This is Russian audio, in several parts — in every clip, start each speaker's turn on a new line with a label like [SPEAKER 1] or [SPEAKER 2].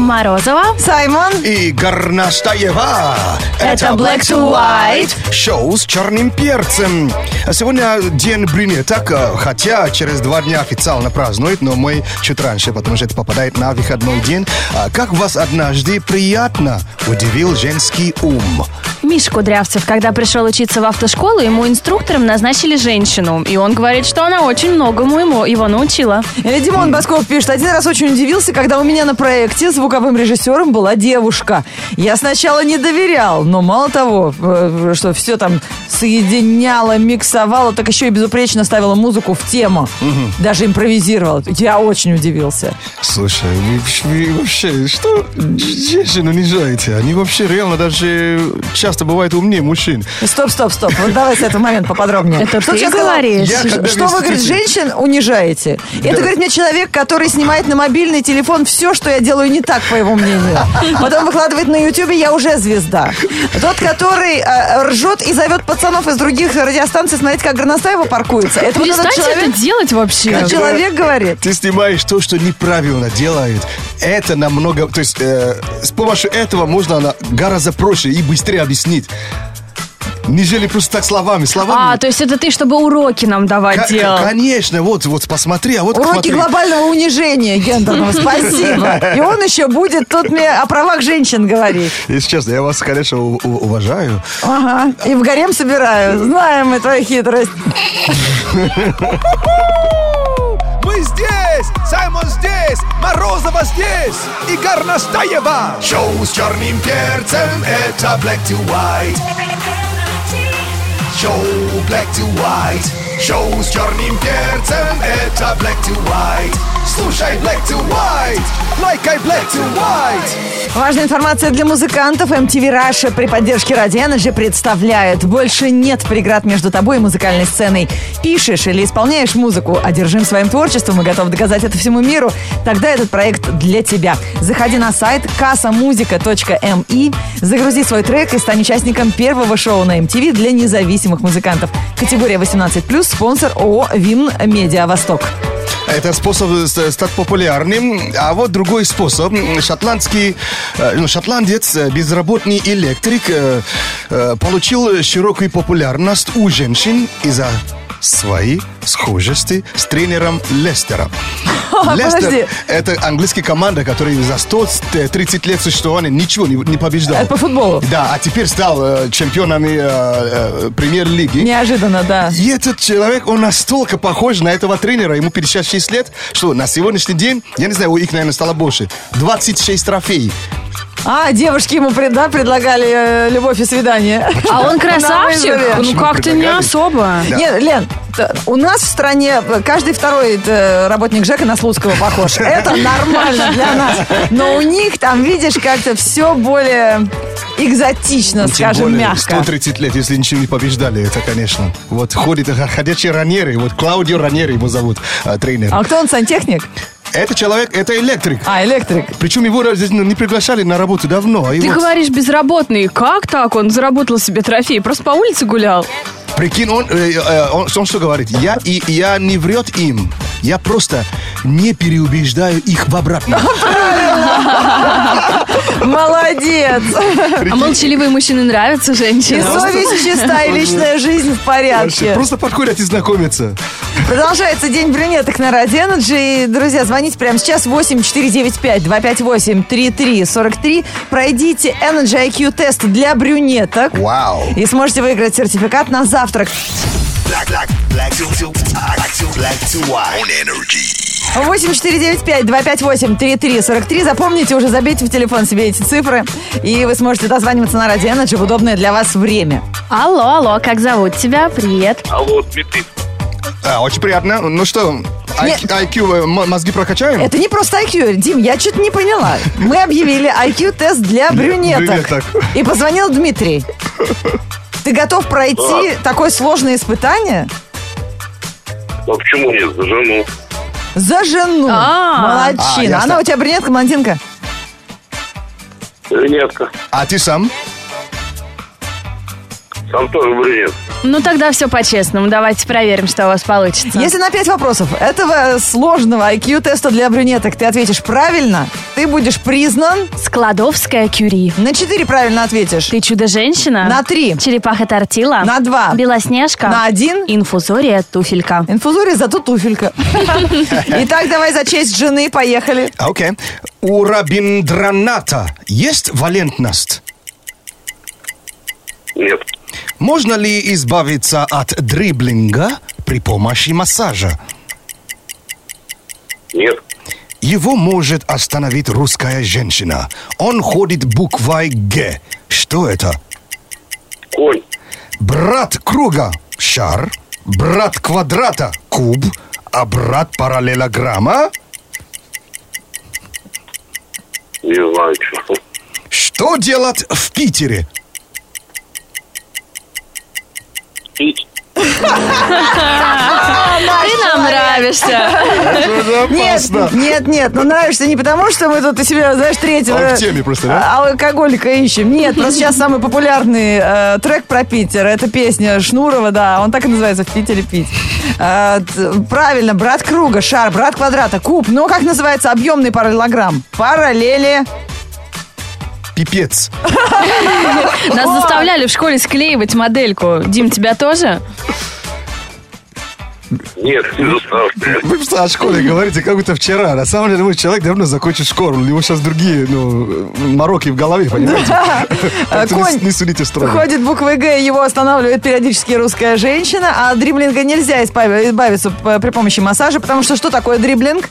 [SPEAKER 1] Морозова,
[SPEAKER 2] Саймон
[SPEAKER 3] и Горностаева.
[SPEAKER 1] Это Black to White.
[SPEAKER 3] Шоу с черным перцем. Сегодня день брюнеток, хотя через 2 дня официально празднуют, но мы чуть раньше, потому что это попадает на выходной день. Как вас однажды приятно удивил женский ум?
[SPEAKER 1] Миша Кудрявцев, когда пришел учиться в автошколу, ему инструктором назначили женщину. И он говорит, что она очень многому его научила.
[SPEAKER 2] Димон Басков пишет: один раз очень удивился, когда у меня на проекте звуковым режиссером была девушка. Я сначала не доверял, но мало того, что все там соединяла, миксовала, так еще и безупречно ставила музыку в тему. Даже импровизировала. Я очень удивился.
[SPEAKER 3] Слушай, вы вообще, что женщин унижаете? Они вообще реально даже часто бывают умнее мужчин.
[SPEAKER 2] Стоп. Вот давай с этого момента поподробнее.
[SPEAKER 1] Это
[SPEAKER 2] что
[SPEAKER 1] ты говоришь?
[SPEAKER 2] Что вы, говорит, женщин унижаете?
[SPEAKER 3] Да.
[SPEAKER 2] Это, говорит, мне человек, который снимает на мобильный телефон все, что я делаю не так, по его мнению. Потом выкладывает на Ютубе, я уже звезда. Тот, который ржет и зовет пацанов из других радиостанций смотреть, как Горностаева паркуется. Это вот этот
[SPEAKER 1] Перестаньте
[SPEAKER 2] человек,
[SPEAKER 1] это делать вообще.
[SPEAKER 2] человек говорит.
[SPEAKER 3] Ты снимаешь то, что неправильно делают. Это намного... То есть с помощью этого можно гораздо проще и быстрее объяснить. Нежели просто так словами.
[SPEAKER 1] То есть это ты, чтобы уроки нам давать делал.
[SPEAKER 3] Конечно, вот посмотри, а вот
[SPEAKER 2] Уроки
[SPEAKER 3] посмотри.
[SPEAKER 2] глобального унижения гендерного. Спасибо. И он еще будет тут мне о правах женщин говорить.
[SPEAKER 3] Если честно, я вас, конечно, уважаю.
[SPEAKER 2] Ага. И в гарем собираю. Знаем мы твою хитрость.
[SPEAKER 4] Мы здесь! Саймон здесь! Морозова здесь! И Горностаева! Шоу с черным перцем — это Black to White. Шоу Black to White. Шоу с черным перцем — это Black to White. Слушай Black to White. Лайкай Black to White.
[SPEAKER 2] Важная информация для музыкантов. MTV Russia при поддержке Радио Energy представляет: больше нет преград между тобой и музыкальной сценой. Пишешь или исполняешь музыку, одержим своим творчеством и готов доказать это всему миру? Тогда этот проект для тебя. Заходи на сайт kasamusica.me, загрузи свой трек и стань участником первого шоу на MTV для независимых музыкантов. Категория 18+, спонсор ООО «Вин Медиа Восток».
[SPEAKER 3] Это способ стать популярным. А вот другой способ. Шотландец, безработный электрик, получил широкую популярность у женщин из-за своей схожести с тренером Лестером.
[SPEAKER 2] Подожди.
[SPEAKER 3] Это английская команда, которая за 130 лет существования ничего не побеждала.
[SPEAKER 2] Это по футболу.
[SPEAKER 3] Да, а теперь стал чемпионами премьер-лиги.
[SPEAKER 2] Неожиданно, да.
[SPEAKER 3] И этот человек, он настолько похож на этого тренера, ему 56 лет, что на сегодняшний день, я не знаю, у них, наверное, стало больше, 26 трофеев.
[SPEAKER 2] Девушки ему предлагали любовь и свидание.
[SPEAKER 1] А он красавчик?
[SPEAKER 2] На вызове.
[SPEAKER 1] Ну как-то не
[SPEAKER 3] предлагали?
[SPEAKER 1] особо.
[SPEAKER 3] Да.
[SPEAKER 2] Нет, Лен, у нас в стране каждый второй работник ЖЭКа на Слуцкого похож. Это нормально для нас. Но у них там, видишь, как-то все более экзотично,
[SPEAKER 3] Ну, тем
[SPEAKER 2] скажем,
[SPEAKER 3] более
[SPEAKER 2] мягко.
[SPEAKER 3] 130 лет, если ничего не побеждали, это, конечно. Вот ходит ходячий Раньери, вот Клаудио Раньери его зовут, тренер.
[SPEAKER 2] А кто он, сантехник?
[SPEAKER 3] Это человек, это электрик.
[SPEAKER 2] Электрик.
[SPEAKER 3] Причем его здесь не приглашали на работу давно. И
[SPEAKER 1] Ты
[SPEAKER 3] вот,
[SPEAKER 1] говоришь безработный. Как так? Он заработал себе трофей. Просто по улице гулял.
[SPEAKER 3] прикинь, он что говорит? Я не врет им. Я просто не переубеждаю их в обратном.
[SPEAKER 2] Молодец.
[SPEAKER 1] А молчаливые мужчины нравятся
[SPEAKER 2] И
[SPEAKER 1] женщинам.
[SPEAKER 2] совесть чиста, и личная жизнь в порядке.
[SPEAKER 3] Просто подходят и знакомятся.
[SPEAKER 2] Продолжается День брюнеток на Радио Energy. И, друзья, звоните прямо сейчас 8495-258-3343. Пройдите Energy IQ тест для брюнеток.
[SPEAKER 3] Вау.
[SPEAKER 2] И сможете выиграть сертификат на завтрак.
[SPEAKER 4] Black to White. On Energy.
[SPEAKER 2] 8495-258-3343. Запомните, уже забейте в телефон себе эти цифры. И вы сможете дозваниваться на Радио Energy в удобное для вас время.
[SPEAKER 1] Алло, как зовут тебя? Привет.
[SPEAKER 5] Алло, Дмитрий.
[SPEAKER 3] Очень приятно. Ну что, IQ мозги прокачаем?
[SPEAKER 2] Это не просто IQ. Дим, я что-то не поняла. Мы объявили IQ-тест для брюнеток. И позвонил Дмитрий. Ты готов пройти такое сложное испытание?
[SPEAKER 5] А почему нет? За жену.
[SPEAKER 2] За жену. Молодчина.
[SPEAKER 3] ясно.
[SPEAKER 2] Она у тебя брюнетка, блондинка?
[SPEAKER 5] Брюнетка.
[SPEAKER 3] А ты сам?
[SPEAKER 5] Сам тоже брюнет.
[SPEAKER 1] Ну тогда все по-честному. Давайте проверим, что у вас получится.
[SPEAKER 2] Если на 5 вопросов этого сложного IQ-теста для брюнеток ты ответишь правильно, ты будешь признан.
[SPEAKER 1] Складовская Кюри.
[SPEAKER 2] На 4 правильно ответишь.
[SPEAKER 1] Ты чудо-женщина.
[SPEAKER 2] На 3.
[SPEAKER 1] Черепаха Тортила.
[SPEAKER 2] На 2.
[SPEAKER 1] Белоснежка.
[SPEAKER 2] На 1.
[SPEAKER 1] Инфузория Туфелька.
[SPEAKER 2] Инфузория, зато туфелька. Итак, давай за честь жены, поехали.
[SPEAKER 3] Окей. У Рабиндраната есть валентность?
[SPEAKER 5] Нет.
[SPEAKER 3] Можно ли избавиться от дриблинга при помощи массажа?
[SPEAKER 5] Нет.
[SPEAKER 3] Его может остановить русская женщина. Он ходит буквой «Г». Что это?
[SPEAKER 5] Конь.
[SPEAKER 3] Брат круга – шар, брат квадрата – куб, а брат параллелограмма?
[SPEAKER 5] Не знаю, что.
[SPEAKER 3] Что делать в Питере?
[SPEAKER 5] Пить.
[SPEAKER 1] Ты нам нравишься.
[SPEAKER 2] Нет, ну нравишься не потому, что мы тут у себя, знаешь, третьего
[SPEAKER 3] Он в теме просто, да?
[SPEAKER 2] алкоголика ищем. Нет, просто сейчас самый популярный трек про Питер. Это песня Шнурова, да, он так и называется «В Питере пить». Правильно, брат круга, шар, брат квадрата, куб. Но как называется объемный параллелограмм? Параллели.
[SPEAKER 3] Пипец.
[SPEAKER 1] Нас заставляли в школе склеивать модельку. Дим, тебя тоже?
[SPEAKER 5] Нет, не заставляю.
[SPEAKER 3] Вы просто о школе говорите, как будто вчера. На самом деле, человек давно закончил школу. У него сейчас другие, мороки в голове, понимаете?
[SPEAKER 2] Конь
[SPEAKER 3] Не судите строго.
[SPEAKER 2] ходит буквой «Г», его останавливает периодически русская женщина, а от дриблинга нельзя избавиться при помощи массажа, потому что такое дриблинг?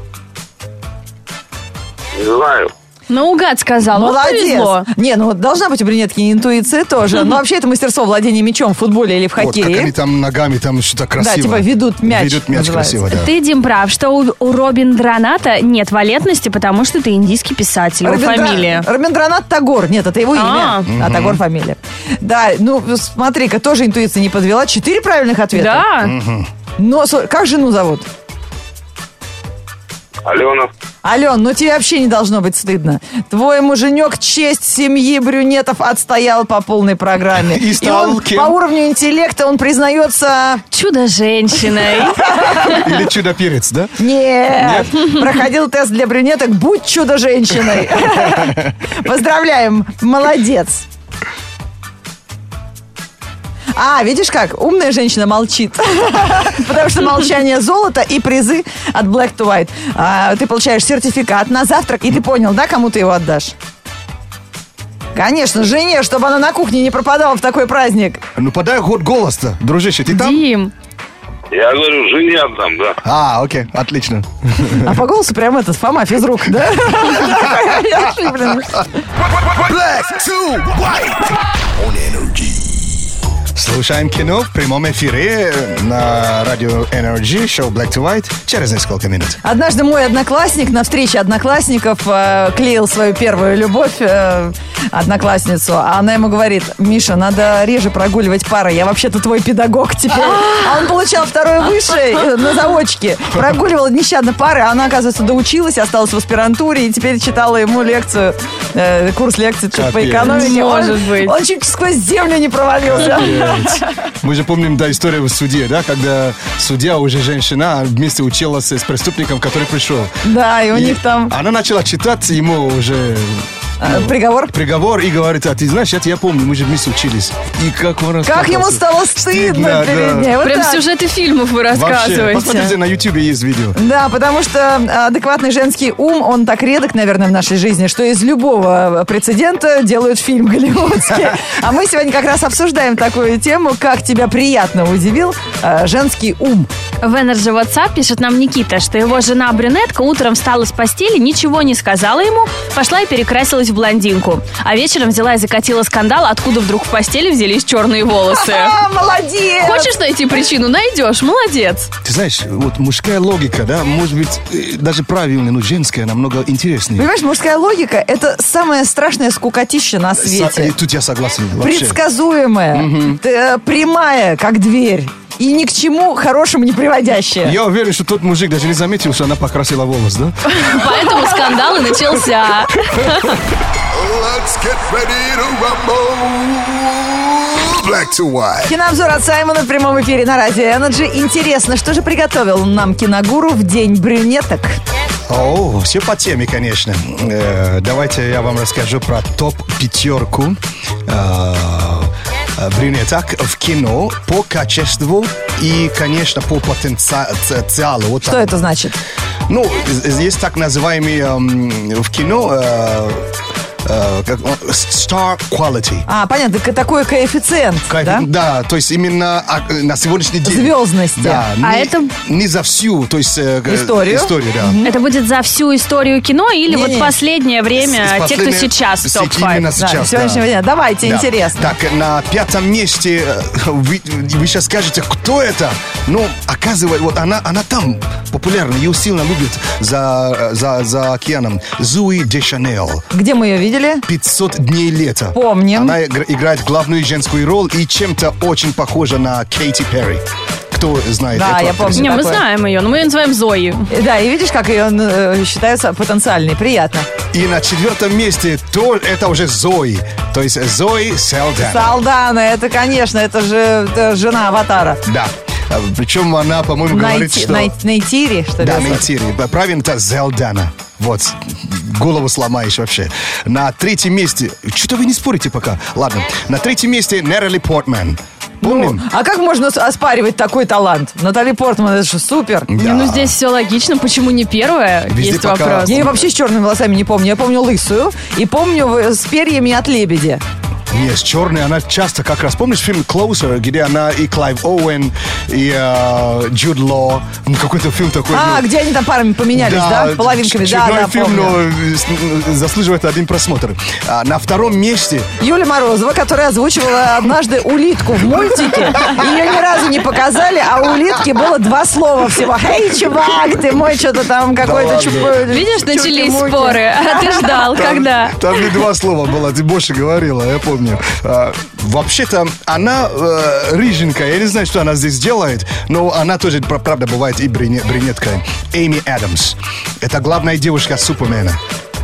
[SPEAKER 5] Не знаю.
[SPEAKER 1] Наугад сказал. Вот повезло.
[SPEAKER 2] Не, ну должна быть у брюнетки интуиция тоже. Но вообще это мастерство владения мячом в футболе или в
[SPEAKER 3] Вот, как они
[SPEAKER 2] хоккее.
[SPEAKER 3] там ногами, там что-то красиво.
[SPEAKER 2] Да, типа ведут мяч.
[SPEAKER 3] Ведут мяч
[SPEAKER 2] называется.
[SPEAKER 3] красиво, да.
[SPEAKER 1] Ты, Дим, прав, что у Робиндраната нет валентности, потому что ты индийский писатель. Его фамилия.
[SPEAKER 2] Рабиндранат Тагор. Нет, это его имя. А Тагор фамилия. Да, ну смотри-ка, тоже интуиция не подвела. 4 правильных ответа.
[SPEAKER 1] Да.
[SPEAKER 2] Но как жену зовут?
[SPEAKER 5] Алена.
[SPEAKER 2] Ален, ну тебе вообще не должно быть стыдно. Твой муженек честь семьи брюнетов отстоял по полной программе.
[SPEAKER 3] И стал
[SPEAKER 2] он
[SPEAKER 3] кем?
[SPEAKER 2] по уровню интеллекта он признается...
[SPEAKER 1] Чудо-женщиной.
[SPEAKER 3] Или чудо-перец, да?
[SPEAKER 2] Нет, проходил тест для брюнеток «Будь чудо-женщиной». Поздравляем, молодец. Видишь как? Умная женщина молчит. Потому что молчание золото и призы от Black to White. Ты получаешь сертификат на завтрак, и ты понял, да, кому ты его отдашь? Конечно, жене, чтобы она на кухне не пропадала в такой праздник.
[SPEAKER 3] Ну подай ход голос-то, дружище, ты там?
[SPEAKER 1] Дим.
[SPEAKER 5] Я говорю, жене отдам, да.
[SPEAKER 3] Окей, отлично.
[SPEAKER 2] А по голосу прям Фома физрук, да?
[SPEAKER 4] Black to white on energy.
[SPEAKER 3] Слушаем кино в прямом эфире на радио Energy, шоу Black to White, через несколько минут.
[SPEAKER 2] Однажды мой одноклассник на встрече одноклассников клеил свою первую любовь, одноклассницу. А она ему говорит: Миша, надо реже прогуливать пары, я вообще-то твой педагог теперь. А он получал второе высшее на заочке. Прогуливал нещадно пары, а она, оказывается, доучилась, осталась в аспирантуре и теперь читала ему лекцию, курс лекций по экономике.
[SPEAKER 1] Может быть.
[SPEAKER 2] Он чуть сквозь землю не провалился.
[SPEAKER 3] Мы же помним, да, историю в суде, да, когда судья, уже женщина, вместе училась с преступником, который пришел.
[SPEAKER 2] Да, и у них там
[SPEAKER 3] Она начала читать ему уже
[SPEAKER 2] приговор.
[SPEAKER 3] И говорит: а ты знаешь, я помню, мы же вместе учились. И как он
[SPEAKER 2] Как ему стало стыдно перед ней. Вот
[SPEAKER 1] Прям
[SPEAKER 2] так.
[SPEAKER 1] сюжеты фильмов вы
[SPEAKER 3] Вообще,
[SPEAKER 1] рассказываете.
[SPEAKER 3] посмотрите, на Ютубе есть видео.
[SPEAKER 2] Да, потому что адекватный женский ум, он так редок, наверное, в нашей жизни, что из любого прецедента делают фильм голливудский. А мы сегодня как раз обсуждаем такую тему, как тебя приятно удивил женский ум.
[SPEAKER 1] В Energy WhatsApp пишет нам Никита, что его жена-брюнетка утром встала с постели, ничего не сказала ему, пошла и перекрасилась в блондинку. А вечером взяла и закатила скандал, откуда вдруг в постели взялись черные волосы.
[SPEAKER 2] Молодец!
[SPEAKER 1] Хочешь найти причину? Найдешь. Молодец.
[SPEAKER 3] Ты знаешь, вот мужская логика, да, может быть, даже правильная, но женская намного интереснее.
[SPEAKER 2] Понимаешь, мужская логика – это самая страшная скукотища на свете.
[SPEAKER 3] Тут я согласен. Вообще.
[SPEAKER 2] Предсказуемая, прямая, как дверь. И ни к чему хорошему не приводящая.
[SPEAKER 3] Я уверен, что тот мужик даже не заметил, что она покрасила волос, да?
[SPEAKER 1] Поэтому скандал и начался.
[SPEAKER 4] Let's get ready to rumble. Black to White.
[SPEAKER 2] Кинообзор от Саймона в прямом эфире на Радио Energy. Интересно, что же приготовил нам киногуру в день брюнеток?
[SPEAKER 3] О, все по теме, конечно. Давайте я вам расскажу про топ-5 брюнеток в кино по качеству и, конечно, по потенциалу. Вот
[SPEAKER 2] Что это значит?
[SPEAKER 3] Ну, есть так называемый в кино star quality.
[SPEAKER 2] Понятно, такой коэффициент, да?
[SPEAKER 3] Да, то есть именно на сегодняшний день.
[SPEAKER 2] Звездности.
[SPEAKER 3] Да,
[SPEAKER 1] это...
[SPEAKER 3] не за всю, то есть
[SPEAKER 2] историю,
[SPEAKER 3] да.
[SPEAKER 1] Это будет за всю историю кино или вот последнее время, те, кто сейчас в топ-5?
[SPEAKER 3] Именно сейчас,
[SPEAKER 2] сегодняшнего дня. Давайте, интересно.
[SPEAKER 3] Так, на 5-м месте вы сейчас скажете, кто это? Ну, оказывается, вот она там популярна, ее сильно любят за океаном. Зои Дешанель.
[SPEAKER 2] Где мы ее видели?
[SPEAKER 3] 500 дней лета.
[SPEAKER 2] Помним.
[SPEAKER 3] Она играет главную женскую роль и чем-то очень похожа на Кейти Перри. Кто знает
[SPEAKER 2] Да,
[SPEAKER 3] эту
[SPEAKER 2] я помню.
[SPEAKER 3] актрису?
[SPEAKER 1] Не, мы знаем ее, но мы ее называем Зои.
[SPEAKER 2] Да, и видишь, как ее считается потенциальной. Приятно.
[SPEAKER 3] И на 4-м месте это уже Зои. То есть Зои Салдана.
[SPEAKER 2] Салдана, это, конечно, это же жена Аватара.
[SPEAKER 3] Да. Причем она, по-моему, говорит, что...
[SPEAKER 2] Нейтири, что ли?
[SPEAKER 3] Да, Нейтири. Правильно, это Зелдана. Вот, голову сломаешь вообще. На 3-м месте... Что-то вы не спорите пока. Ладно. На 3-м месте Натали Портман. Помним?
[SPEAKER 2] А как можно оспаривать такой талант? Натали Портман, это же супер.
[SPEAKER 3] Да.
[SPEAKER 1] Не, ну здесь все логично, почему не первая?
[SPEAKER 3] Везде
[SPEAKER 1] Есть
[SPEAKER 3] пока-
[SPEAKER 1] вопрос.
[SPEAKER 2] Я ее вообще с черными волосами не помню. Я помню лысую и помню с перьями от лебедя.
[SPEAKER 3] Нет, с черной она часто как раз... Помнишь фильм «Closer», где она и Клайв Оуэн, и Джуд Ло? Какой-то фильм такой...
[SPEAKER 2] Где они там парами поменялись, да? Половинками,
[SPEAKER 3] чудной
[SPEAKER 2] да,
[SPEAKER 3] фильм,
[SPEAKER 2] помню.
[SPEAKER 3] но заслуживает один просмотр. На 2-м месте...
[SPEAKER 2] Юля Морозова, которая озвучивала однажды улитку в мультике. Ее ни разу не показали, а у улитки было 2 слова всего. «Эй, чувак, ты мой что-то там какой-то
[SPEAKER 3] ладно.
[SPEAKER 1] Видишь, начались споры, а ты ждал, когда?
[SPEAKER 3] Там не 2 слова было, ты больше говорила, я помню. Вообще-то она рыженькая, я не знаю, что она здесь делает, но она тоже, правда, бывает и брюнеткой. Эми Адамс. Это главная девушка Супермена.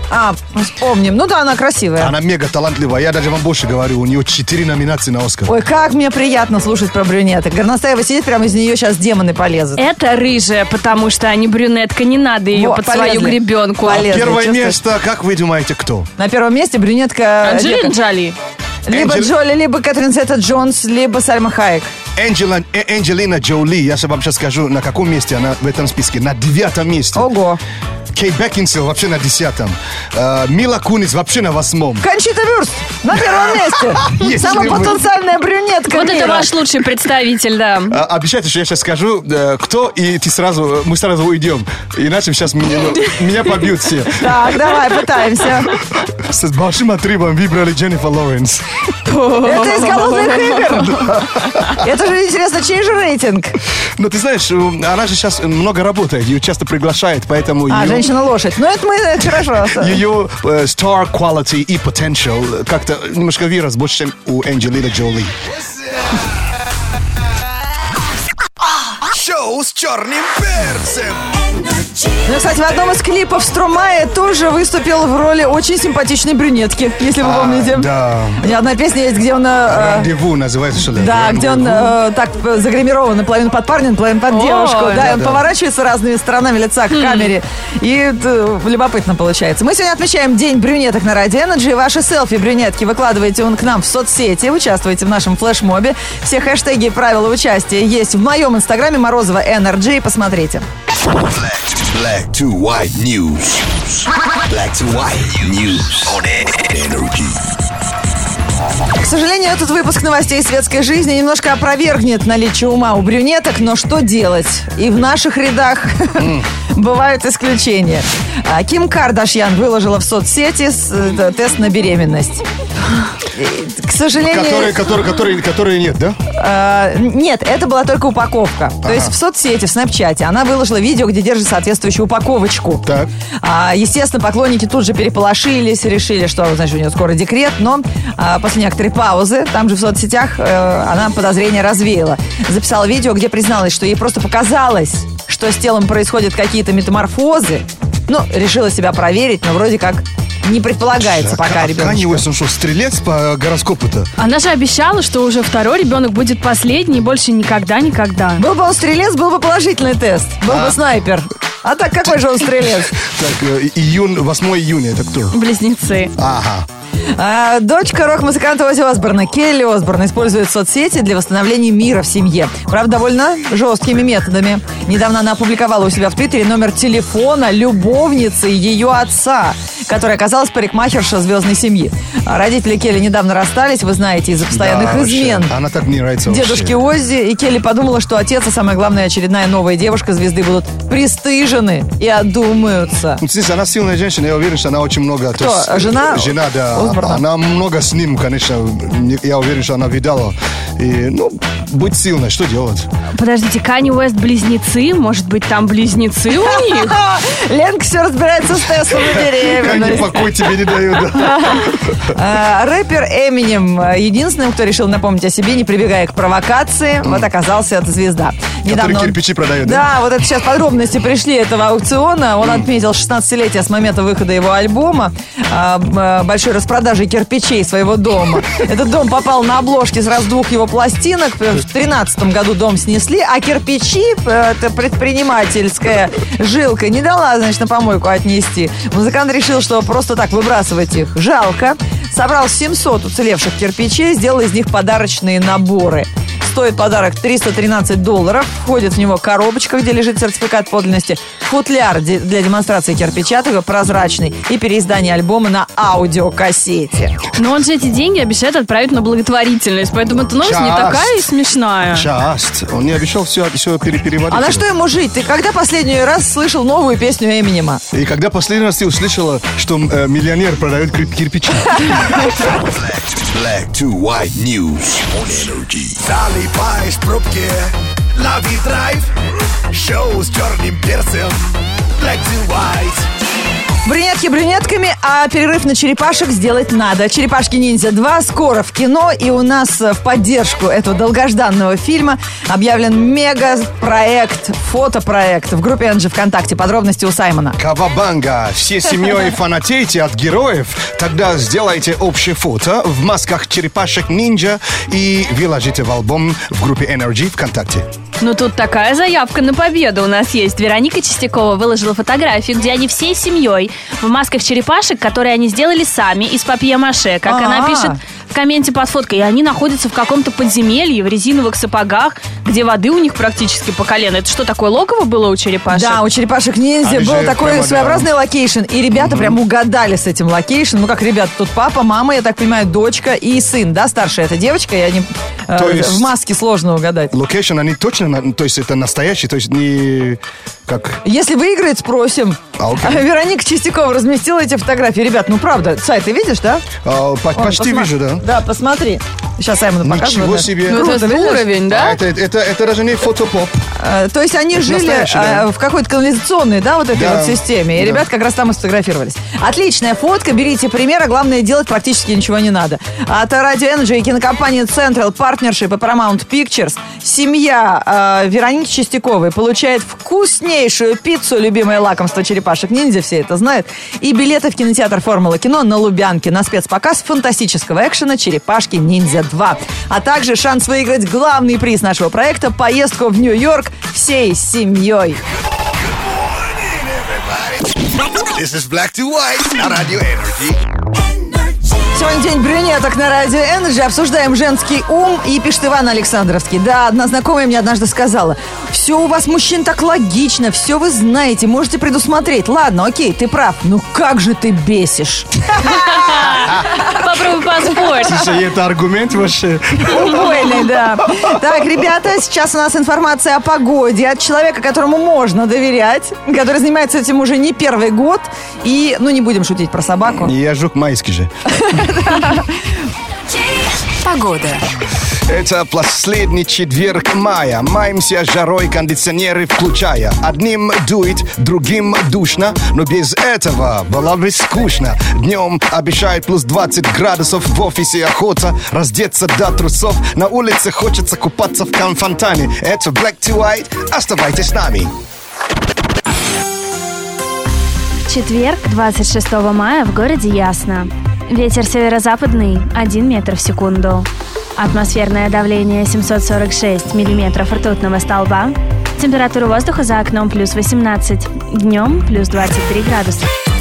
[SPEAKER 2] Вспомним. Ну да, она красивая.
[SPEAKER 3] Она мега талантливая. Я даже вам больше говорю, у нее 4 номинации на Оскар.
[SPEAKER 2] Ой, как мне приятно слушать про брюнеток. Горностаева сидит, прямо из нее сейчас демоны полезут.
[SPEAKER 1] Это рыжая, потому что они брюнетка, не надо ее под свою
[SPEAKER 2] полезли.
[SPEAKER 1] гребенку.
[SPEAKER 2] Полезли,
[SPEAKER 3] Первое
[SPEAKER 2] чувствуешь?
[SPEAKER 3] место, как вы думаете, кто?
[SPEAKER 2] На 1-м месте брюнетка...
[SPEAKER 1] Анджелина Джоли.
[SPEAKER 2] Либо Джоли, либо Кэтрин Зета-Джонс, либо Сальма Хайек.
[SPEAKER 3] Анджелина Джоли, я вам сейчас скажу, на каком месте она в этом списке. На 9-м месте.
[SPEAKER 2] Ого.
[SPEAKER 3] Кейт Бекинсейл вообще на 10-м. Мила Кунис вообще на 8-м.
[SPEAKER 2] Кончита Вюрст на 1-м месте.
[SPEAKER 3] Если
[SPEAKER 2] Самая
[SPEAKER 3] вы-
[SPEAKER 2] потенциальная брюнетка
[SPEAKER 1] Вот это
[SPEAKER 2] мира.
[SPEAKER 1] ваш лучший представитель, да.
[SPEAKER 3] Обещайте, что я сейчас скажу, кто, и мы сразу уйдем. Иначе сейчас меня побьют все.
[SPEAKER 2] Так, давай, пытаемся.
[SPEAKER 3] С большим отрывом выбрали Дженнифер Лоуренс.
[SPEAKER 2] Это из «Голодных игр». Это же интересно, чей же рейтинг?
[SPEAKER 3] Но ты знаешь, она же сейчас много работает, ее часто приглашают, поэтому
[SPEAKER 2] Женщина-лошадь. Ну, это хорошо.
[SPEAKER 3] ее star quality и potential как-то немножко вырос больше, чем у Анджелины Джоли.
[SPEAKER 4] Шоу с черным перцем.
[SPEAKER 2] Ну, кстати, в одном из клипов Стромае тоже выступил в роли очень симпатичной брюнетки, если вы помните.
[SPEAKER 3] Да.
[SPEAKER 2] У него одна песня есть, где он...
[SPEAKER 3] Рандеву называется, что ли?
[SPEAKER 2] Да, где он так загримирован, наполовину под парня, наполовину под девушку. Да, и он
[SPEAKER 3] да.
[SPEAKER 2] поворачивается разными сторонами лица к камере. И это любопытно получается. Мы сегодня отмечаем День брюнеток на Радио Energy. Ваши селфи брюнетки выкладываете к нам в соцсети, участвуйте в нашем флешмобе. Все хэштеги и правила участия есть в моем инстаграме Морозова Energy. Посмотрите.
[SPEAKER 4] Black to white news. Black to white news on Energy.
[SPEAKER 2] К сожалению, этот выпуск новостей светской жизни немножко опровергнет наличие ума у брюнеток, но что делать? И в наших рядах бывают исключения. Ким Кардашьян выложила в соцсети тест на беременность. К сожалению...
[SPEAKER 3] Которые нет, да?
[SPEAKER 2] Нет, это была только упаковка. То есть в соцсети, в Снэпчате она выложила видео, где держит соответствующую упаковочку.
[SPEAKER 3] Так.
[SPEAKER 2] Естественно, поклонники тут же переполошились, решили, что, значит, у нее скоро декрет, но после некоторой паузы, там же в соцсетях, она подозрение развеяла. Записала видео, где призналась, что ей просто показалось, что с телом происходят какие-то метаморфозы. Ну, решила себя проверить, но вроде как не предполагается пока ребенок.
[SPEAKER 3] Канье Уэст, он что, стрелец по гороскопу-то?
[SPEAKER 1] Она же обещала, что уже второй ребенок будет последний, и больше никогда.
[SPEAKER 2] Был бы он стрелец, был бы положительный тест. Был бы снайпер. А так какой же он стрелец?
[SPEAKER 3] Так, 8 июня, это кто?
[SPEAKER 1] Близнецы.
[SPEAKER 3] Ага.
[SPEAKER 2] Дочка рок-музыканта Оззи Осборна, Келли Осборн, использует соцсети для восстановления мира в семье. Правда, довольно жесткими методами. Недавно она опубликовала у себя в Твиттере номер телефона любовницы ее отца, которая оказалась парикмахерша звездной семьи. Родители Келли недавно расстались, вы знаете, из-за постоянных измен.
[SPEAKER 3] Она так не нравится
[SPEAKER 2] дедушке Оззи, и Келли подумала, что отец, а самое главное, очередная новая девушка звезды будут пристыжены и одумаются.
[SPEAKER 3] Она сильная женщина, я уверен, что она очень много...
[SPEAKER 2] Кто? Жена?
[SPEAKER 3] Жена, да.
[SPEAKER 2] Осборна?
[SPEAKER 3] Она много с ним, конечно. Я уверен, что она видала. И, быть сильной, что делать?
[SPEAKER 1] Подождите, Канье Уэст близнецы? Может быть, там близнецы у них?
[SPEAKER 2] Ленка все разбирается с тестом на беременность.
[SPEAKER 3] Канье покой тебе не дают.
[SPEAKER 2] Рэпер Эминем единственным, кто решил напомнить о себе, не прибегая к провокации, вот оказался эта звезда.
[SPEAKER 3] Который кирпичи продает,
[SPEAKER 2] да? Да, вот это сейчас подробности пришли этого аукциона. Он отметил 16-летие с момента выхода его альбома, большой распродажи кирпичей своего дома. Этот дом попал на обложки сразу 2 его пластинок. В 2013 году дом снесли, а кирпичи, это предпринимательская жилка, не дала, значит, на помойку отнести. Музыкант решил, что просто так выбрасывать их жалко. Собрал 700 уцелевших кирпичей, сделал из них подарочные наборы. Стоит подарок $313. Входит в него коробочка, где лежит сертификат подлинности, футляр для демонстрации кирпича, такой прозрачный, и переиздание альбома на аудиокассете.
[SPEAKER 1] Но он же эти деньги обещает отправить на благотворительность, поэтому эта новость не такая и смешная.
[SPEAKER 3] Он не обещал все переводить.
[SPEAKER 2] А на что ему жить? Ты когда последний раз слышал новую песню Эминема?
[SPEAKER 3] И когда последний раз ты услышала, что миллионер продает кирпичи?
[SPEAKER 4] Black to white news on Energy. Залипаешь в пробке, лови драйв. Шоу с черным перцем. Black to white.
[SPEAKER 2] Брюнетки брюнетками, а перерыв на черепашек сделать надо. «Черепашки-ниндзя 2» скоро в кино, и у нас в поддержку этого долгожданного фильма объявлен мега-проект, фотопроект в группе Energy ВКонтакте. Подробности у Саймона.
[SPEAKER 3] Кавабанга! Все семьей фанатеете от героев? Тогда сделайте общее фото в масках черепашек-ниндзя и выложите в альбом в группе Energy ВКонтакте.
[SPEAKER 1] Ну, тут такая заявка на победу у нас есть. Вероника Чистякова выложила фотографию, где они всей семьей в масках черепашек, которые они сделали сами из папье-маше, как она пишет в комменте под фоткой. И они находятся в каком-то подземелье в резиновых сапогах, где воды у них практически по колено. Это что, такое логово было у черепашек?
[SPEAKER 2] Да, у черепашек-ниндзя был такой своеобразный локейшн. И ребята прям угадали с этим локейшн. Ну, как ребята, тут папа, мама, я так понимаю, дочка и сын, да, старшая эта девочка, и они в маске сложно угадать.
[SPEAKER 3] Локейшн, они точно, то есть это настоящий, то есть не как...
[SPEAKER 2] Если выиграет, спросим. Вероника Чистякова разместила эти фотографии. Ребят, ну правда, сайт ты видишь, да?
[SPEAKER 3] Почти вижу, да.
[SPEAKER 2] Да, посмотри. Сейчас Саймону показываю.
[SPEAKER 3] Ничего себе.
[SPEAKER 1] Ну, это уровень, да?
[SPEAKER 3] Это даже не фотопоп.
[SPEAKER 2] То есть они жили в какой-то канализационной, да, вот этой вот системе. И ребят как раз там и сфотографировались. Отличная фотка, берите пример, а главное, делать практически ничего не надо. От Radio Energy и кинокомпании Central Partnership и Paramount Pictures семья Вероники Чистяковой получает вкуснейшую пиццу, любимое лакомство черепашек-ниндзя, все это знают, и билеты в кинотеатр «Формула кино» на Лубянке на спецпоказ фантастического экшена «Черепашки-ниндзя 2». А также шанс выиграть главный приз нашего проекта – поездку в Нью-Йорк всей семьей.
[SPEAKER 4] This is Black to White на Radio Energy.
[SPEAKER 2] Сегодня день брюнеток на Радио Energy. Обсуждаем женский ум. И пишет Иван Александровский. Да, одна знакомая мне однажды сказала: все у вас, мужчин, так логично, все вы знаете, можете предусмотреть. Ладно, окей, ты прав. Ну как же ты бесишь.
[SPEAKER 1] Попробуй поспорить.
[SPEAKER 3] Слушай, это аргумент вообще.
[SPEAKER 2] Убойный, да. Так, ребята, сейчас у нас информация о погоде от человека, которому можно доверять, который занимается этим уже не первый год. И, ну, не будем шутить про собаку.
[SPEAKER 3] Я жук майский же.
[SPEAKER 6] Погода.
[SPEAKER 3] Это последний четверг мая. Маемся жарой, кондиционеры включая. Одним дует, другим душно, но без этого было бы скучно. Днем обещают плюс 20 градусов, в офисе охота раздеться до трусов. На улице хочется купаться в фонтане. Это Black to White, оставайтесь с нами.
[SPEAKER 1] четверг, 26 мая, в городе ясно. Ветер северо-западный 1 метр в секунду. Атмосферное давление 746 миллиметров ртутного столба. Температура воздуха за окном плюс 18. Днем плюс 23 градуса.